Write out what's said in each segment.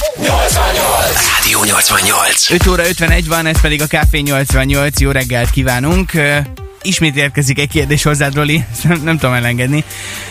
Rádió 88. 5 óra 51 van, ez pedig a Café 88. Jó reggelt kívánunk. Ismét érkezik egy kérdés hozzád, Roli. Nem tudom elengedni.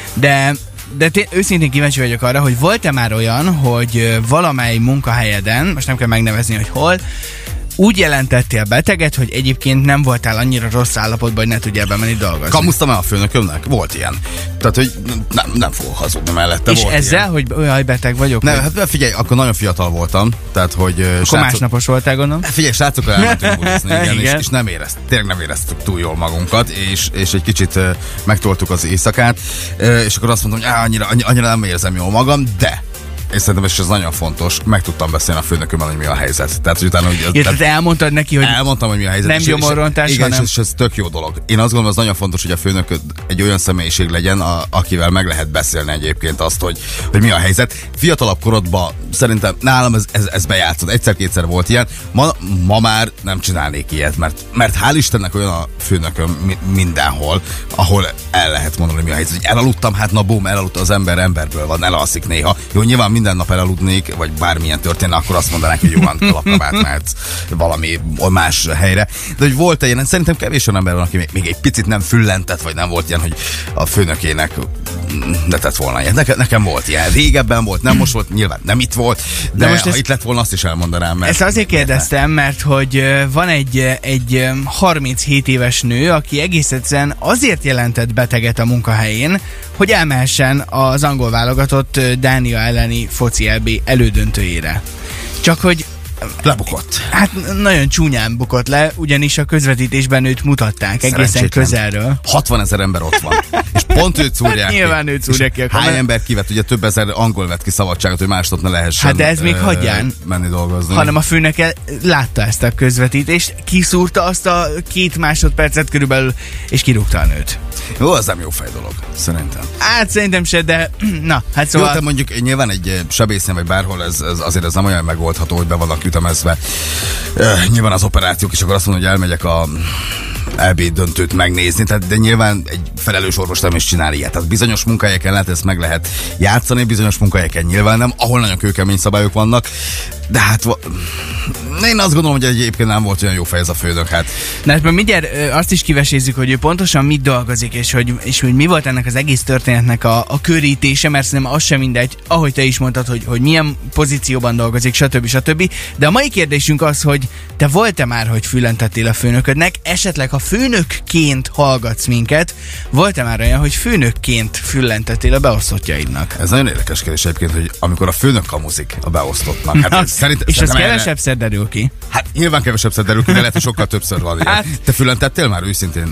De őszintén kíváncsi vagyok arra, hogy volt-e már olyan, hogy valamely munkahelyeden, most nem kell megnevezni, hogy hol, úgy jelentettél beteget, hogy egyébként nem voltál annyira rossz állapotban, hogy ne tudjál bemenni dolgozni. Kamusztam el a főnökömnek? Volt ilyen. Tehát, hogy nem fogok hazudni mellette. És volt ezzel, ilyen. hogy olyan beteg vagyok? Nem, hát figyelj, akkor nagyon fiatal voltam. Tehát, hogy akkor másnapos voltál, gondolom? Figyelj, srácokkal elmentünk bulizni, igen. És tényleg nem éreztük túl jól magunkat, és egy kicsit megtoltuk az éjszakát, és akkor azt mondtam, hogy annyira nem érzem jól magam, de és szerintem ez nagyon fontos, meg tudtam beszélni a főnökömmel, hogy mi a helyzet. Tehát, hogy utána, tehát elmondtad neki, hogy elmondtam, hogy mi a helyzet. Nem gyomorrontás, igen, hanem... és ez tök jó dolog. Én azt gondolom, az nagyon fontos, hogy a főnök egy olyan személyiség legyen, akivel meg lehet beszélni egyébként azt, hogy mi a helyzet. Fiatalabb korodban szerintem nálam ez bejátszott. Egyszer-kétszer volt ilyen. Ma már nem csinálnék ilyet, mert hál' Istennek olyan a főnököm mindenhol, ahol el lehet mondani, mi a helyzet. Hogy elaludtam, hát na bum, elaludt az emberből van, elalszik néha. Jó, nyilván minden nap elaludnék, vagy bármilyen történne, akkor azt mondanák, hogy jó, van, kalapra átmehetsz valami más helyre. De hogy volt ilyen, szerintem kevés olyan ember van, aki még egy picit nem füllentett, vagy nem volt ilyen, hogy a főnökének ne tett volna ilyen. Nekem volt ilyen. Régebben volt, nem most volt, nyilván nem itt volt, de most ha itt lett volna, azt is elmondanám. Ezt azért kérdeztem, mert hogy van egy 37 éves nő, aki egész egyszerűen azért jelentett beteget a munkahelyén, hogy elmehessen az angol válogatott Dánia elleni foci EB elődöntőjére. Csak hogy lebukott. Hát nagyon csúnyán bukott le, ugyanis a közvetítésben őt mutatták egészen közelről. 60 000 ember ott van. És pont őt szúrják ki. Nyilván őt szúrják ki. Hány ember kivett? Ugye több ezer angol vett ki szabadságot, hogy másnap ne lehessen hát de ez még hagyján menni dolgozni. Hanem a főnöke látta ezt a közvetítést, kiszúrta azt a 2 másodpercet körülbelül, és kirúgta a nőt. Jó, az nem jó fej dolog, szerintem. Hát szerintem se, de na, hát szóval... Jó, te mondjuk nyilván egy sebészen vagy bárhol azért ez nem olyan megoldható, hogy be vannak ütemezve. Nyilván az operációk, és akkor azt mondom, hogy elmegyek a EB döntőt megnézni, de nyilván egy felelős orvos nem is csinál ilyet. Tehát bizonyos munkahelyeken lehet ezt meg lehet játszani, bizonyos munkahelyeken nyilván nem, ahol nagyon kőkemény szabályok vannak, de hát én azt gondolom, hogy egyébként nem volt olyan jó fej ez a főnök. Hát. Na hát mindjárt azt is kivesézzük, hogy ő pontosan mit dolgozik, és hogy mi volt ennek az egész történetnek a körítése, mert szerintem az sem mindegy, ahogy te is mondtad, hogy milyen pozícióban dolgozik, stb. De a mai kérdésünk az, hogy te volt-e már, hogy fülentettél a főnöködnek, esetleg ha főnökként hallgatsz minket, volt-e már olyan, hogy főnökként füllentettél a beosztottjaidnak? Ez nagyon érdekes kérdés egyébként, hogy amikor a főnök kamuzik a beosztottnak. Hát és ez kevesebbszer derül ki? Hát nyilván kevesebbszer derül ki, de lehet, hogy sokkal többször van. Hát... Te fülentettél már őszintén?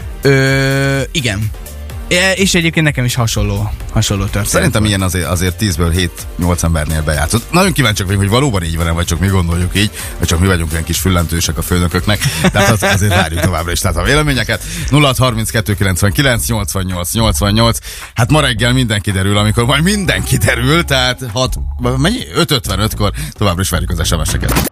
Igen. És egyébként nekem is hasonló történet. Szerintem ilyen azért 10-ből 7-8 embernél bejátszott. Nagyon kíváncsiak vagyunk, hogy valóban így van-e, vagy csak mi gondoljuk így, vagy csak mi vagyunk ilyen kis füllentősek a főnököknek. Tehát azért várjuk továbbra is. Tehát a véleményeket 0632 99 88 88. Hát ma reggel minden kiderül, amikor majd minden kiderül, tehát 5:55-kor továbbra is várjuk az SMS-eket.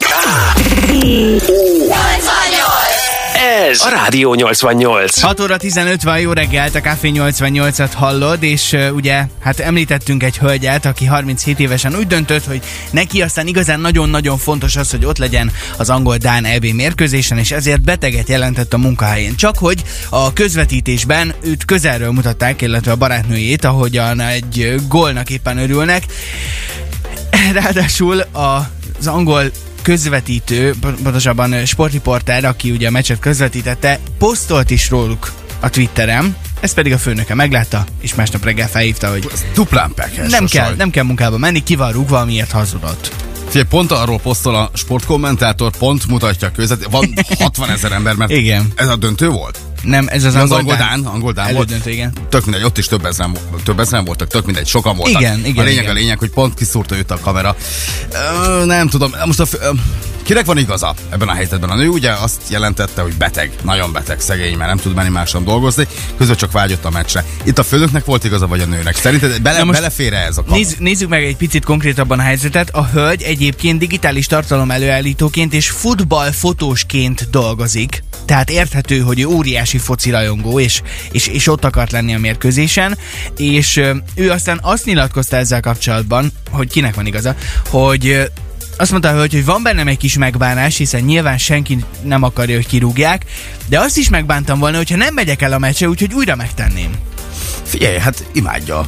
Ez a Rádió 88. 6 óra 15 van, jó reggelt, a Café 88-at hallod, és ugye, hát említettünk egy hölgyet, aki 37 évesen úgy döntött, hogy neki aztán igazán nagyon-nagyon fontos az, hogy ott legyen az angol-dán EB mérkőzésen, és ezért beteget jelentett a munkahelyén. Csak hogy a közvetítésben őt közelről mutatták, illetve a barátnőjét, ahogyan egy gólnak éppen örülnek. Ráadásul az angol közvetítő, pontosabban sportriporter, aki ugye a meccset közvetítette, posztolt is róluk a Twitteren, ezt pedig a főnöke meglátta, és másnap reggel felhívta, hogy ez duplán pekes. Nem kell munkába menni, ki van rúgva, amiért hazudott. Figyelj, pont arról posztol a sportkommentátor, pont mutatja a között, van 60 000 ember, mert igen. Ez a döntő volt? Nem, ez az angol-dán volt. Igen. Tök mindegy, ott is több ezren voltak, tök mindegy, sokan voltak. Igen, a lényeg, hogy pont kiszúrta őt a kamera. Nem tudom, most kinek van igaza ebben a helyzetben? A nő ugye azt jelentette, hogy beteg, nagyon beteg, szegény, mert nem tud menni máson dolgozni, közben csak vágyott a meccsre. Itt a főnöknek volt igaza, vagy a nőnek? Szerinted belefér ez a kamu? Nézzük meg egy picit konkrétabban a helyzetet. A hölgy egyébként digitális tartalom előállítóként és futballfotósként dolgozik. Tehát érthető, hogy ő óriási foci rajongó, és ott akart lenni a mérkőzésen, és ő aztán azt nyilatkozta ezzel kapcsolatban, hogy kinek van igaza, hogy azt mondta, hogy van bennem egy kis megbánás, hiszen nyilván senki nem akarja, hogy kirúgják, de azt is megbántam volna, hogyha nem megyek el a meccsre, úgyhogy újra megtenném. Figyelj, hát imádja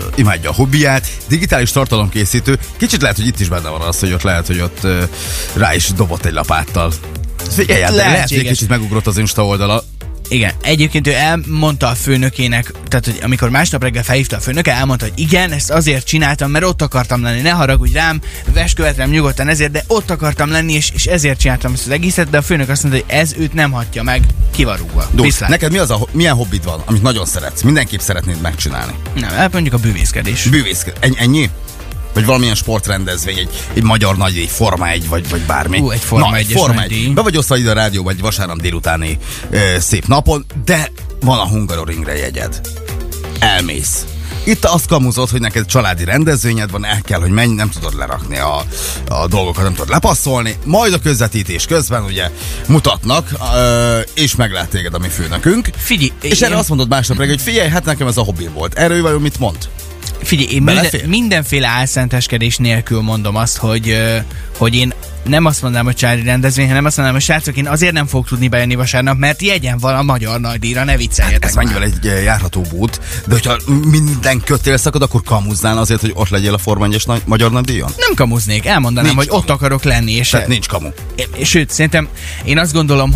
a hobbiát, digitális tartalomkészítő, kicsit lehet, hogy itt is benne van az, hogy ott lehet, hogy ott rá is dobott egy lapáttal. Figyelj, hát lehet, hogy egy kicsit megugrott az Insta oldala. Igen, egyébként ő elmondta a főnökének, tehát hogy amikor másnap reggel felhívta a főnöke, elmondta, hogy igen, ezt azért csináltam, mert ott akartam lenni, ne haragudj rám, vess követrem nyugodtan ezért, de ott akartam lenni, és ezért csináltam ezt az egészet, de a főnök azt mondta, hogy ez őt nem hagyja meg, kivarúgva. Neked milyen hobbid van, amit nagyon szeretsz, mindenképp szeretnéd megcsinálni? Nem, mondjuk a bűvészkedés. Ennyi? Vagy valamilyen sportrendezvény, egy magyar nagydíj, Forma 1, vagy bármi. Egy Forma 1. Be vagy osztva ide a rádió, vagy vasárnap délutáni szép napon, de van a Hungaroringre jegyed. Elmész. Itt azt kamuzott, hogy neked családi rendezvényed van, el kell, hogy menj, nem tudod lerakni a dolgokat, nem tudod lepasszolni, majd a közvetítés közben ugye mutatnak, és meglát téged a mi főnökünk. Figyelj, és erre azt mondod másnap reggel, hogy figyelj, hát nekem ez a hobbi volt. Erről ő vajon mit mond? Figyelj, én mindenféle álszenteskedés nélkül mondom azt, hogy én nem azt mondanám, hogy családi rendezvény, hanem azt mondanám, hogy srácok, én azért nem fogok tudni bejönni vasárnap, mert jegyen van a magyar nagydíjra, ne vicceljetek. Ez mennyivel egy járható út, de hogyha minden kötél szakad, akkor kamuznál azért, hogy ott legyél a Forma 1-es magyar nagydíjon? Nem kamuznék, elmondanám, nincs hogy kamu. Ott akarok lenni. És tehát nincs kamu. Sőt, szerintem én azt gondolom,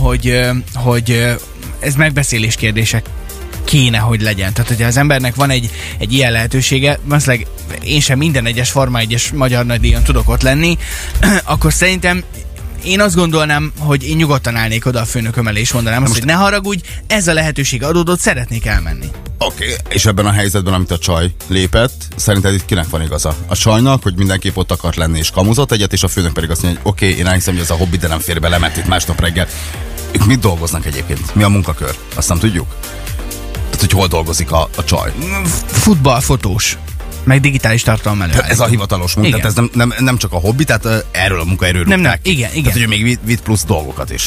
hogy ez megbeszélés kérdések kéne, hogy legyen. Tehát, hogyha az embernek van egy ilyen lehetősége, valószínűleg én sem minden egyes Forma 1-es magyar nagydíjon tudok ott lenni, akkor szerintem én azt gondolnám, hogy én nyugodtan állnék oda a főnököm elé, és mondanám azt, hogy ne haragudj, ez a lehetőség adódott, szeretnék elmenni. Oké, és ebben a helyzetben, amit a csaj lépett, szerinted itt kinek van igaza? A csajnak, hogy mindenképp ott akart lenni, és kamuzott egyet, és a főnök pedig azt mondja, hogy oké, én elhiszem, hogy ez a hobbi, de nem fér bele, mert itt másnap reggel. Ők mit dolgoznak egyébként? Mi a munkakör? Azt nem tudjuk? Tehát, hogy hol dolgozik a csaj? Futballfotós. Meg digitális tartalom előállító. Ez a hivatalos munka, tehát ez nem csak a hobbi, tehát erről a munkaerőről nem, igen. Tehát, hogy még vitt plusz dolgokat is.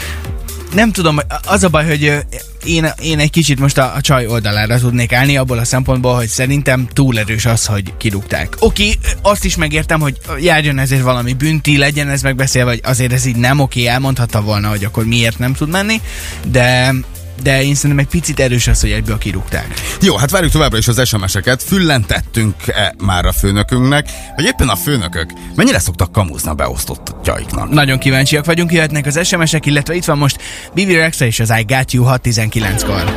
Nem tudom, az a baj, hogy én egy kicsit most a csaj oldalára tudnék állni, abból a szempontból, hogy szerintem túl erős az, hogy kirúgták. Oké, azt is megértem, hogy járjon ezért valami bünti, legyen ez megbeszélve, vagy azért ez így nem oké, elmondhatta volna, hogy akkor miért nem tud menni, de én szerintem egy picit erős az, hogy egyből kirúgták. Jó, hát várjuk továbbra is az SMS-eket. Füllentettünk-e már a főnökünknek, vagy éppen a főnökök mennyire szoktak kamuzni a beosztottjaiknak? Nagyon kíváncsiak vagyunk, jöhetnek az SMS-ek, illetve itt van most Bibi Rexha és az I Got You 6:19-kor.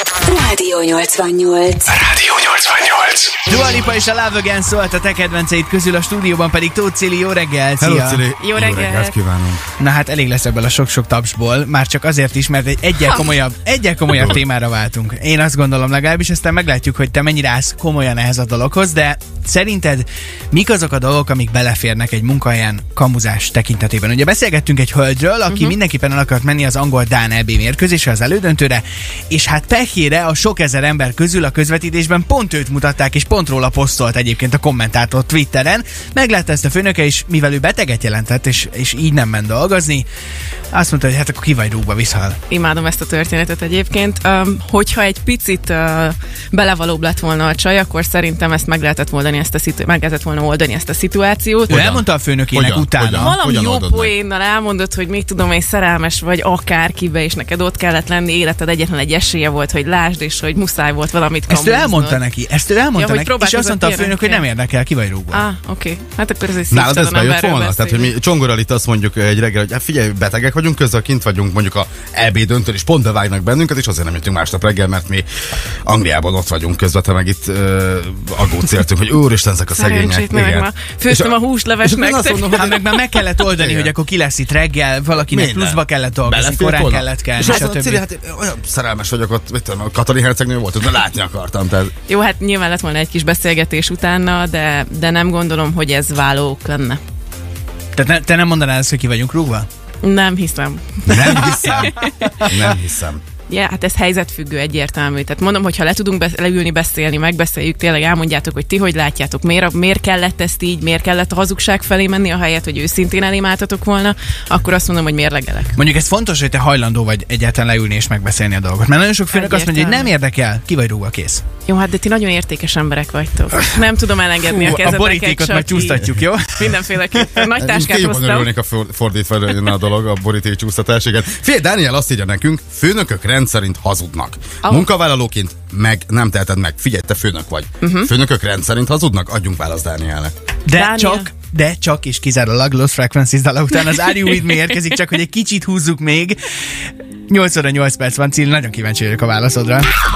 Rádió 88. Rádió 88. Dua Lipa és a Love Again szólt a te kedvenceid közül, a stúdióban pedig Tóth Cili. Jó reggel, szia! Hello, Cili. Jó reggelt kívánunk! Na hát elég lesz ebből a sok-sok tapsból, már csak azért is, mert egyel komolyabb témára váltunk. Én azt gondolom legalábbis, aztán meglátjuk, hogy te mennyire állsz komolyan ehhez a dologhoz, de szerinted mik azok a dolgok, amik beleférnek egy munkahelyen kamuzás tekintetében? Ugye beszélgettünk egy hölgyről, aki mindenképpen el akart menni az angol-dán EB mérkőzésre, az elődöntőre, és hát pehjére a sok ezer ember közül a közvetítésben pont őt mutatták, és pont róla posztolt egyébként a kommentátor Twitteren. Meglátta ezt a főnöke, és mivel ő beteget jelentett, és így nem ment dolgozni, azt mondta, hogy hát akkor ki vagy rúgva, visszhal. Imádom ezt a történetet egyébként. Hogyha egy picit belevalóbb lett volna a csaj, akkor szerintem ezt meg lehetett volna oldani ezt a szituációt. Ő elmondta a főnökének utána. Valami jó poénnal elmondott, hogy mit tudom, hogy szerelmes vagy akárkibe, és neked ott kellett lenni, életed egyetlen egy esélye volt, hogy lásd, és hogy muszáj volt valamit kamuznod. Ezt ő elmondta neki, és azt mondta a főnök, hogy nem érdekel, ki vagy rúgva. Oké. Hát akkor ez egy nálad ez szívtalan bejött emberről volna? Tehát, hogy mi Csongorral itt azt mondjuk egy reggel, hogy hát figyelj, betegek vagyunk, közben kint vagyunk mondjuk a EB döntőn, és pont bevágnak bennünket, és azért nem jöttünk másnap reggel, mert mi Angliában ott vagyunk közben, te meg itt aggódszéltünk, hogy úristen, ezek a szegények. Főztem a húsleves meg meg kellett oldani, hogy akkor ki lesz itt reggel, valakinek pluszba kellett dolgozni, korán kellett kelni, stb. Hát olyan szerelmes vagyok ott, mit tudom, a Katalin hercegnő volt, de látni akartam. Tehát. Jó, hát nyilván lett volna egy kis beszélgetés utána, de nem gondolom, hogy ez válók lenne. Tehát te nem mondanád ezt, hogy ki vagyunk rúgva? Nem hiszem. Nem hiszem. Ja, hát ez helyzetfüggő egyértelmű. Tehát mondom, hogy ha le tudunk leülni, beszélni, megbeszéljük, tényleg elmondjátok, hogy ti hogy látjátok, miért kellett ezt így, miért kellett a hazugság felé menni, ahelyett, hogy őszintén elém álltatok volna, akkor azt mondom, hogy mérlegelek. Mondjuk ez fontos, hogy te hajlandó vagy egyáltalán leülni és megbeszélni a dolgot. Mert nagyon sok főnök azt mondja, hogy nem érdekel, ki vagy rúgva, kész. Jó, hát de ti nagyon értékes emberek vagytok. Nem tudom elengedni a kezeteket. A borítékot majd csúsztatjuk, jó? Mindenféleképpen. Nagy táskát jobban hoztam. örülnék, a fordítva a dolog, a boríték csúsztatás. Igen. Figyelj, Dániel azt írja nekünk, főnökök rendszerint hazudnak. Munkavállalóként meg nem teheted meg. Figyelj, te főnök vagy. Főnökök rendszerint hazudnak? Adjunk választ Dánielnek. De csak és kizárólag Lost Frequencies dala után az Are You With Me érkezik, csak hogy egy kicsit húzzuk még. 8 óra 8 perc van, Cili, nagyon kíváncsi vagyok a válaszodra.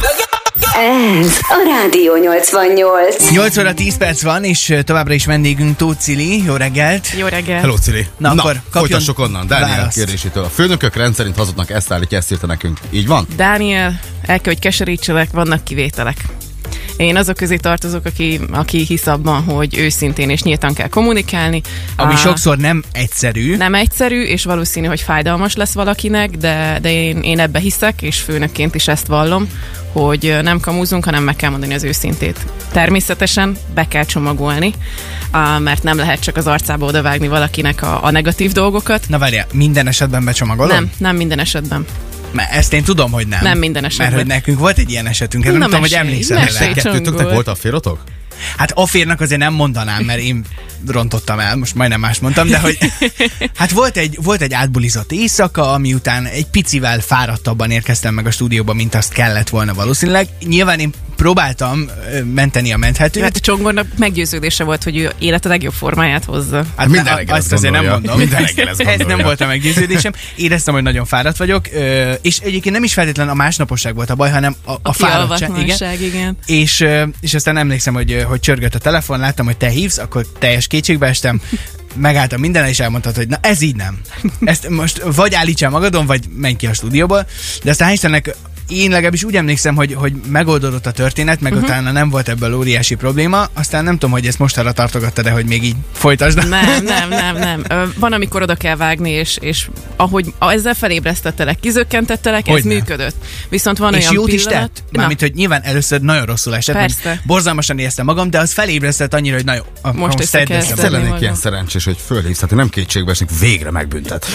Ez a Rádió 88. 8 óra 10 perc van, és továbbra is vendégünk Tóth Cili. Jó reggelt! Jó reggel. Hello, Cili. Na akkor folytassuk onnan. Dániel választ. kérdésétől. A főnökök rendszerint hazudnak, ezt állítja, ezt írta nekünk. Így van? Dániel, el kell, hogy keserítselek, vannak kivételek. Én azok közé tartozok, aki hisz abban, hogy őszintén és nyíltan kell kommunikálni. Ami sokszor nem egyszerű. Nem egyszerű, és valószínű, hogy fájdalmas lesz valakinek, de én ebbe hiszek, és főnökként is ezt vallom, hogy nem kamúzunk, hanem meg kell mondani az őszintét. Természetesen be kell csomagolni, mert nem lehet csak az arcába odavágni valakinek a negatív dolgokat. Na várjál, minden esetben becsomagolom? Nem minden esetben. Mert ezt én tudom, hogy nem. Nem minden esetben. Mert hogy nekünk volt egy ilyen esetünk, nem tudom, hogy emlékszel mesélj. rá. Kettőtöknek volt afférotok? Hát afférnak azért nem mondanám, mert én rontottam el, most majdnem más mondtam, de hogy hát volt egy átbulizott éjszaka, ami után egy picivel fáradtabban érkeztem meg a stúdióba, mint azt kellett volna valószínűleg. Nyilván én próbáltam menteni a menthetőt. Hát a Csongornak meggyőződése volt, hogy ő élete legjobb formáját hozza. Hát minden reggel azt azért nem mondom. Minden reggel ezt Ez gondolja. nem volt a meggyőződésem. Éreztem, hogy nagyon fáradt vagyok, és egyébként nem is feltétlenül a másnaposság volt a baj, hanem a fáradtság. Igen. És aztán emlékszem, hogy csörgött a telefon, láttam, hogy te hívsz, akkor teljes kétségbe estem, megálltam minden, és elmondtad, hogy na ez így nem. Ezt most vagy állítsál magadon, vagy menj ki a stúdióból, de aztán hál' Istennek én legalábbis úgy emlékszem, hogy megoldódott a történet, meg utána nem volt ebből óriási probléma, aztán nem tudom, hogy ezt mostanra tartogattad, de hogy még így folytasd. Nem. Van, amikor oda kell vágni, és ahogy ezzel felébresztettelek, kizökkentettelek, ez működött. Viszont van és olyan jót pillanat... is tett? Mármint, hogy nyilván először nagyon rosszul esett, Persze. borzalmasan éreztem magam, de az felébresztett annyira, hogy nagyon... Most össze kell Te lennék ilyen szerencsés, hogy fölhívsz, hát nem kétségbe esnék, végre megbüntet.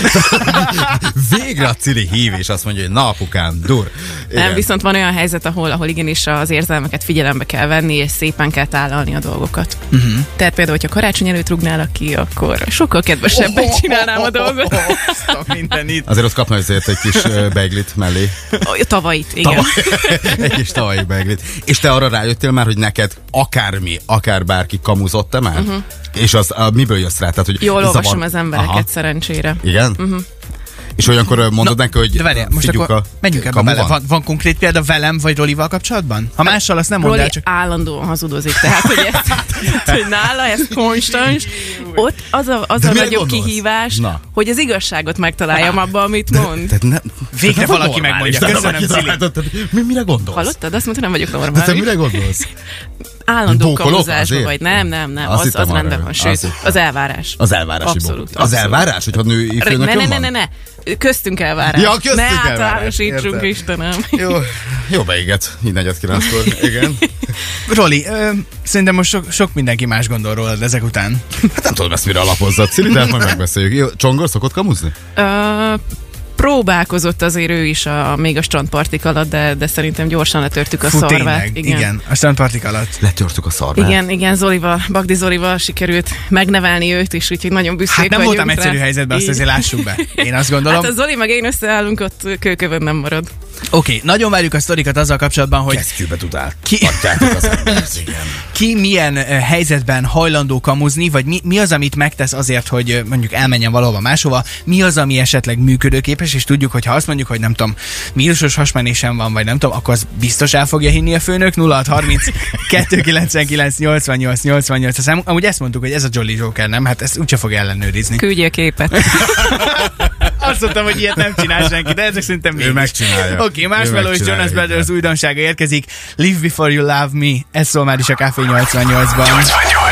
Végre a Cili hív, és azt mondja, hogy na apukám, dur. Nem, viszont van olyan helyzet, ahol igenis az érzelmeket figyelembe kell venni, és szépen kell tálalni a dolgokat. Tehát például, hogyha karácsony előtt rúgnálak ki, akkor sokkal kedvesebben csinálnám a dolgot. Azért ott kapna azért egy kis beiglit mellé. Tavait, igen. Egy kis tavalyi beiglit. És te arra rájöttél már, hogy neked akármi, akár bárki kamuzott-e már? És az miből jössz rá? Tehát, hogy Jól olvasom az embereket, aha, szerencsére. igen? És olyankor mondod neki, hogy de várjál, most akkor menjünk ebbe bele. Van konkrét példa velem vagy Rolival kapcsolatban? Ha mással azt nem mondd el, Roli csak... állandóan hazudozik, tehát hogy nála ez konstans. Ott az a nagyobb kihívás, hogy az igazságot megtaláljam abban, amit mond. Végre valaki megmondja. Köszönöm, Cili. Mire gondolsz? Hallottad? Azt mondta, nem vagyok De te normális. mire gondolsz? Állandó Bókolok kamuzásba azért? vagy. Nem. Azt Az hittem rendben arra. van. Sőt, az elvárás. Az elvárási Abszolút. Az elvárás, hogyha női főnökön van? Ne. Köztünk elvárás. Ja, köztünk ne elvárás, általánosítsunk, értem. Istenem. Jó beégett, így 4-9-kor, igen. Roli, szerintem most sok mindenki más gondol rólad ezek után. Hát nem tudom ezt mire alapozzad, Cili, de majd megbeszéljük. Jó, Csongor szokott kamuzni? Próbálkozott azért ő is még a strandpartik alatt, de szerintem gyorsan letörtük a szarvát. Tényleg, igen, a strandpartik alatt. Letörtük a szarvát. Igen, Zolival, Bagdi Zolival sikerült megnevelni őt is, úgyhogy nagyon büszkék Hát nem vagyunk voltam rá. egyszerű helyzetben, azt azért lássuk be. Én azt gondolom. Hát a Zoli meg én összeállunk, ott kőkövön nem marad. Oké, nagyon várjuk a sztorikat azzal kapcsolatban, hogy Kesztyűbe tudál. Ki- Adjátok az embert, igen. ki milyen helyzetben hajlandó kamuzni, vagy mi az, amit megtesz azért, hogy mondjuk elmenjen valahova máshova, mi az, ami esetleg működőképes, és tudjuk, hogy ha azt mondjuk, hogy nem tudom, mínusos hasmenésem van, vagy nem tudom, akkor az biztos el fogja hinni a főnök. 0630 299 88 88 a számunk. Amúgy ezt mondtuk, hogy ez a Jolly Joker, nem? Hát ezt úgyse fog ellenőrizni. Küldj a képet. Azt mondtam, hogy ilyet nem csinál senki, de ezek szerintem mégis. Ő megcsinálja. Oké, Marshmallow és megcsinálja, Jonas Brothers igen. újdonsága érkezik. Live Before You Love Me. Ez szól már is a Café 88-ban. 88.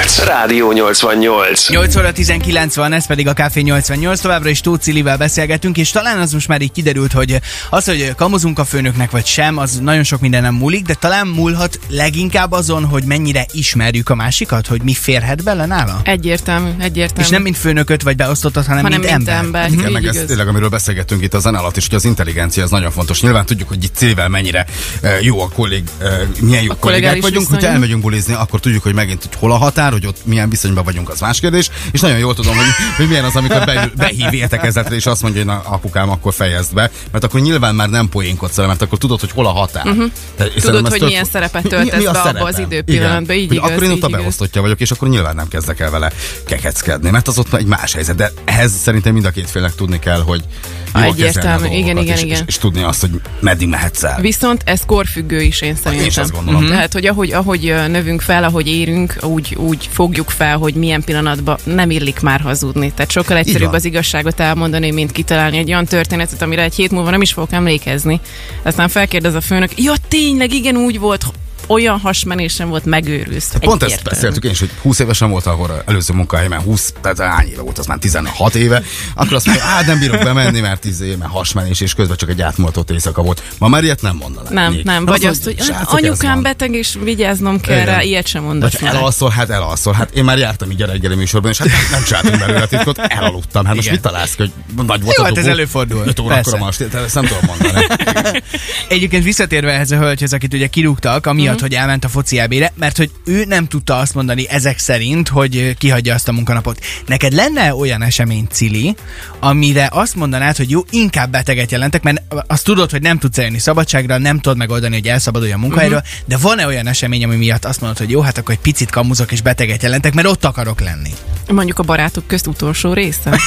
88. Rádió 88. 8 óra 19 van, ez pedig a Café 88. Továbbra is Tóth Cilivel beszélgetünk, és talán az most már így kiderült, hogy az, hogy kamuzunk a főnöknek vagy sem, az nagyon sok mindenem múlik, de talán múlhat leginkább azon, hogy mennyire ismerjük a másikat, hogy mi férhet bele nála. Egyértelmű. És nem mint főnököt vagy beosztottat, hanem mint ember. Igen, meg ez tényleg, amiről beszélgettünk itt a zene alatt is, hogy az intelligencia az nagyon fontos. Nyilván tudjuk, hogy itt Cilivel mennyire jó a milyen jó kollégák vagyunk, hogyha elmegyünk bulizni, akkor tudjuk, hogy megint hogy hol a határ, hogy ott milyen viszonyban vagyunk, az más kérdés, és nagyon jól tudom, hogy milyen az, amikor behív értekezletre, és azt mondja, hogy na, apukám, akkor fejezd be, mert akkor nyilván már nem poénkodsz el, mert akkor tudod, hogy hol a határ. Tudod, hogy milyen szerepet töltesz be abba az időpillanatban, így igaz. Akkor én ott a beosztottja vagyok, és akkor nyilván nem kezdek el vele kekeckedni, mert az ott egy más helyzet, de ehhez szerintem mind a két félnek tudni kell, hogy jól kezelni a dolgokat, és tudni azt, hogy meddig mehetsz el. Viszont ez korfüggő is, én szerintem. Én is azt gondolom. Tehát, hogy ahogy növünk fel, ahogy érünk, úgy fogjuk fel, hogy milyen pillanatban nem illik már hazudni. Tehát sokkal egyszerűbb az igazságot elmondani, mint kitalálni egy olyan történetet, amire egy hét múlva nem is fogok emlékezni. Aztán felkérdez a főnök, ja tényleg, igen, úgy volt, olyan hasmenésem volt, megőrülsz. Pont ezt beszéltük én is, hogy 20 évesen volt, akkor előző munkahelyemen 20, tehát hány éve volt, az már 16 éve, akkor azt mondja, nem bírok bemenni, mert 10 éve hasmenés, és közben csak egy átmulatott éjszaka volt. Ma már ilyet nem mondanám. Nem. Vagy azt, hogy anyukám beteg, és vigyáznom kell rá, ilyet sem mondasz. Elalszol. Hát én már jártam így a reggeli műsorban, és hát nem csináltunk belőle titkot, elaludtam. Hát most mit találsz, hogy nagy volt a ez előfordul. 5 órakor ma, ezt nem tudom mondani. Egyébként visszatérve ehhez a hölgyhez, akit ugye kirúgtak, amiatt, hogy elment a foci EB-re, mert hogy ő nem tudta azt mondani ezek szerint, hogy kihagyja azt a munkanapot. Neked lenne olyan esemény, Cili, amire azt mondanád, hogy jó, inkább beteget jelentek, mert azt tudod, hogy nem tudsz eljönni szabadságra, nem tudod megoldani, hogy elszabadulj a munkahelyről, de van-e olyan esemény, ami miatt azt mondod, hogy jó, hát akkor egy picit kamuzok és beteget jelentek, mert ott akarok lenni? Mondjuk a barátok közt utolsó része.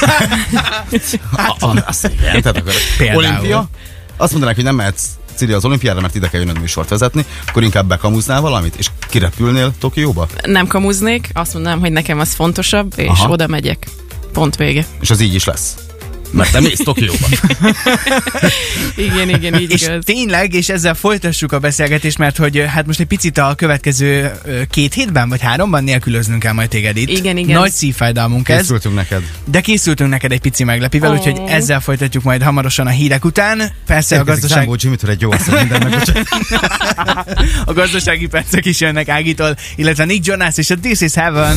Azt igen, tehát akkor Olimpia. Azt mondanák, hogy nem mehetsz, Cili, az olimpiára, mert ide kell jönnöd műsort vezetni, akkor inkább bekamuznál valamit, és kirepülnél Tokióba? Nem kamuznék, azt mondanám, hogy nekem az fontosabb, és oda megyek. Pont vége. És az így is lesz. Mert te mész Tokióba. igen, így és igaz. tényleg, és ezzel folytassuk a beszélgetést, mert hogy hát most egy picit a következő 2 hétben, vagy 3-ban nélkülöznünk kell majd téged itt. Igen. Nagy szívfájdalmunk ez. Készültünk neked. De készültünk neked egy pici meglepivel, úgyhogy ezzel folytatjuk majd hamarosan a hírek után. Persze a gazdaság... Jimmy-től egy jó asszony minden a gazdasági percek is jönnek Ágitól, illetve Nick Jonas és a This Is Heaven.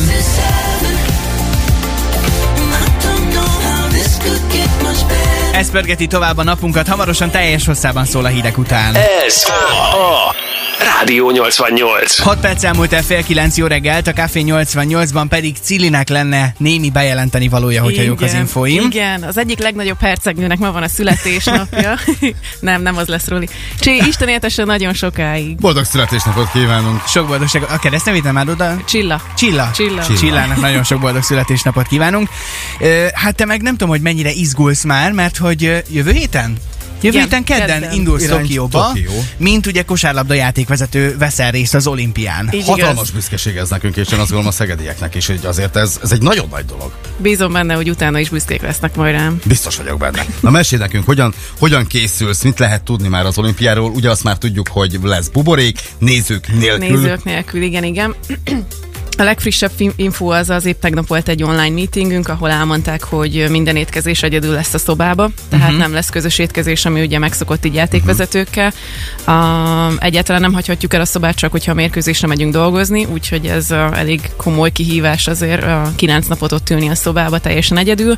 Ez pörgeti tovább a napunkat, hamarosan teljes hosszában szól a hírek után. Ez a Rádió 88. 6 perc elmúlt el 8:30, jó reggelt, a Café 88-ban pedig Cilinek lenne némi bejelenteni valója, hogyha jók az infóim. Igen, az egyik legnagyobb hercegnőnek ma van a születésnapja. nem az lesz, Roli. Isten éltessen nagyon sokáig. Boldog születésnapot kívánunk. Sok boldogságot. A keresztnevétel már oda? Csilla. Csillának nagyon sok boldog születésnapot kívánunk. Hát te meg nem tudom, hogy mennyire izgulsz már, mert hogy jövő héten kedden indulsz Tokióba, mint ugye kosárlabda játékvezető veszel részt az olimpián. Hatalmas büszkeség ez nekünk, és én azt gondolom a szegedieknek is, hogy azért ez egy nagyon nagy dolog. Bízom benne, hogy utána is büszkék lesznek majd rám. Biztos vagyok benne. Na mesélj nekünk, hogyan készülsz, mit lehet tudni már az olimpiáról? Ugye azt már tudjuk, hogy lesz buborék, nézők nélkül. Igen. A legfrissebb info az épp tegnap volt egy online meetingünk, ahol elmondták, hogy minden étkezés egyedül lesz a szobába, tehát nem lesz közös étkezés, ami ugye megszokott így játékvezetőkkel. Egyáltalán nem hagyhatjuk el a szobát, csak hogyha a mérkőzésre megyünk dolgozni, úgyhogy ez elég komoly kihívás azért 9 napot ott ülni a szobába teljesen egyedül.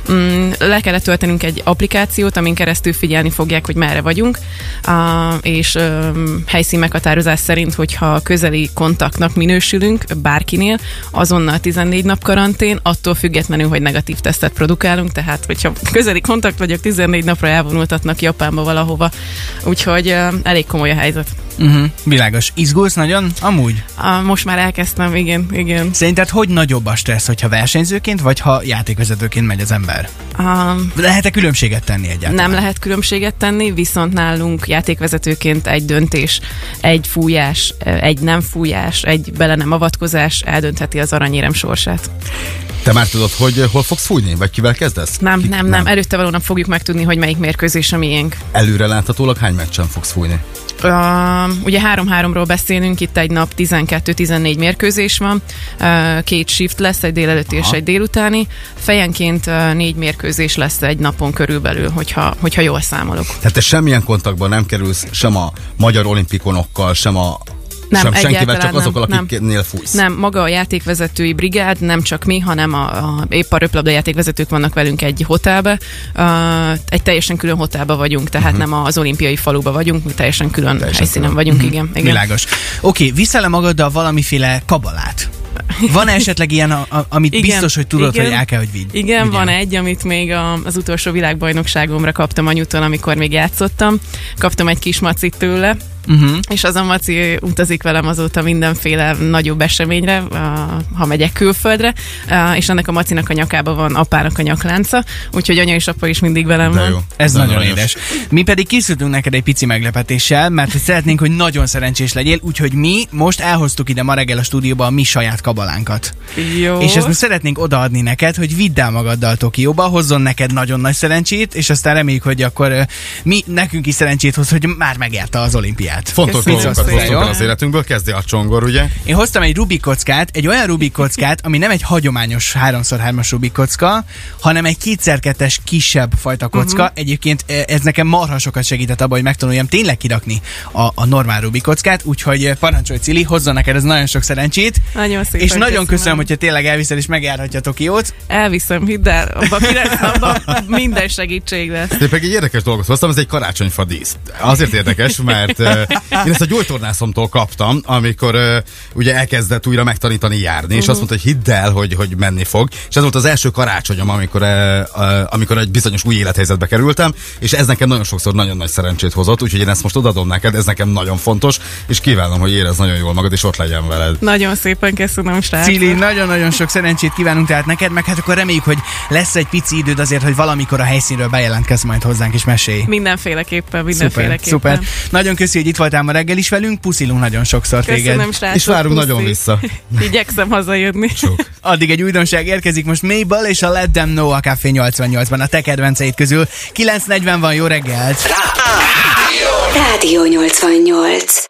Le kellett töltenünk egy applikációt, amin keresztül figyelni fogják, hogy merre vagyunk, és helyszínmeghatározás szerint, hogyha közeli kontaktnak minősülünk, bárkinél, azonnal 14 nap karantén, attól függetlenül, hogy negatív tesztet produkálunk, tehát hogyha közeli kontakt vagyok, 14 napra elvonultatnak Japánba valahova, úgyhogy elég komoly a helyzet. Világos. Izgulsz nagyon? Amúgy? Most már elkezdtem, igen. Szerinted hogy nagyobb a stressz, hogyha versenyzőként, vagy ha játékvezetőként megy az ember? Lehet-e különbséget tenni egyáltalán? Nem lehet különbséget tenni, viszont nálunk játékvezetőként egy döntés, egy fújás, egy nem fújás, egy bele nem avatkozás eldöntheti az aranyérem sorsát. Te már tudod, hogy hol fogsz fújni, vagy kivel kezdesz? Nem. Előtte valónap fogjuk megtudni, hogy melyik mérkőzés a miénk. Előre láthatólag hány meccsen fogsz fújni? Ugye 3-3-ról beszélünk, itt egy nap 12-14 mérkőzés van, 2 shift lesz, egy délelőtti és egy délutáni, fejenként 4 mérkőzés lesz egy napon körülbelül, hogyha jól számolok. Tehát te semmilyen kontaktban nem kerülsz sem a magyar olimpikonokkal, sem senkivel, csak azokkal, akiknél fújsz. Nem, maga a játékvezetői brigád, nem csak mi, hanem épp a röplabda játékvezetők vannak velünk egy hotelbe. Egy teljesen külön hotelbe vagyunk, tehát nem az olimpiai faluba vagyunk, mi teljesen külön helyszínen vagyunk, igen. Világos. Oké, viszel-e magaddal valamiféle kabalát? Van esetleg ilyen, amit igen, biztos, hogy tudod, hogy el kell, hogy vidd? Igen, van egy, amit még az utolsó világbajnokságomra kaptam anyutól, amikor még játszottam. Kaptam egy kis macit tőle, és az a maci utazik velem azóta mindenféle nagyobb eseményre, ha megyek külföldre, és ennek a macinak a nyakába van apának a nyaklánca, úgyhogy anya és apa is mindig velem van. Jó. Ez nagyon édes. Mi pedig készültünk neked egy pici meglepetéssel, mert szeretnénk, hogy nagyon szerencsés legyél, úgyhogy mi most elhoztuk ide ma reggel a stúdióba a mi saját kabalánkat. Jó. És ezt most szeretnénk odaadni neked, hogy vidd el magaddal Tokióba, hozzon neked nagyon nagy szerencsét, és aztán reméljük, hogy akkor nekünk is szerencsét hoz, hogy már megérte az olimpiát. Fontos dolgokat hoztunk el az életünkből, kezdje a csongor, ugye? Én hoztam egy Rubik kockát, egy olyan Rubik kockát, ami nem egy hagyományos 3x3-as Rubik kocka, hanem egy 2x2-es kisebb fajta kocka. Egyébként ez nekem marha sokat segített abban, hogy megtanuljam tényleg kirakni a normál Rubik kockát, úgyhogy parancsolj, Cili, hozzon neked ez nagyon sok szerencsét. Nagyon szépen és nagyon köszönöm, hogyha tényleg elviszel és megjárhatja Tokiót. Elviszem, hidd el, abban minden segítség lesz. De pedig egy érdekes dolgot hoztam, ez egy karácsonyfa dísz. Azért érdekes, mert én ezt a gyógytornászomtól kaptam, amikor ugye elkezdett újra megtanítani járni, és azt mondta, hogy hidd el, hogy menni fog. És ez volt az első karácsonyom, amikor egy bizonyos új élethelyzetbe kerültem, és ez nekem nagyon sokszor nagyon nagy szerencsét hozott, úgyhogy én ezt most odaadom neked, ez nekem nagyon fontos, és kívánom, hogy érezd nagyon jól magad, és ott legyen veled. Nagyon szépen köszönöm, srác. Cili, nagyon-nagyon sok szerencsét kívánunk tehát neked, meg hát akkor reméljük, hogy lesz egy pici időd azért, hogy valamikor a helyszínről bejelentkezz majd hozzánk és mesélj. Mindenféleképpen. Szuper. Nagyon köszi, hogy itt voltál ma reggel is velünk, puszilunk nagyon sokszor téged. Köszönöm, srácok. És várunk nagyon vissza. Igyekszem hazajönni. Addig egy újdonság érkezik most Mabel és a Let Them Know a Café 88-ban a te kedvenceid közül. 9:40 van, jó reggelt! Rádió 88.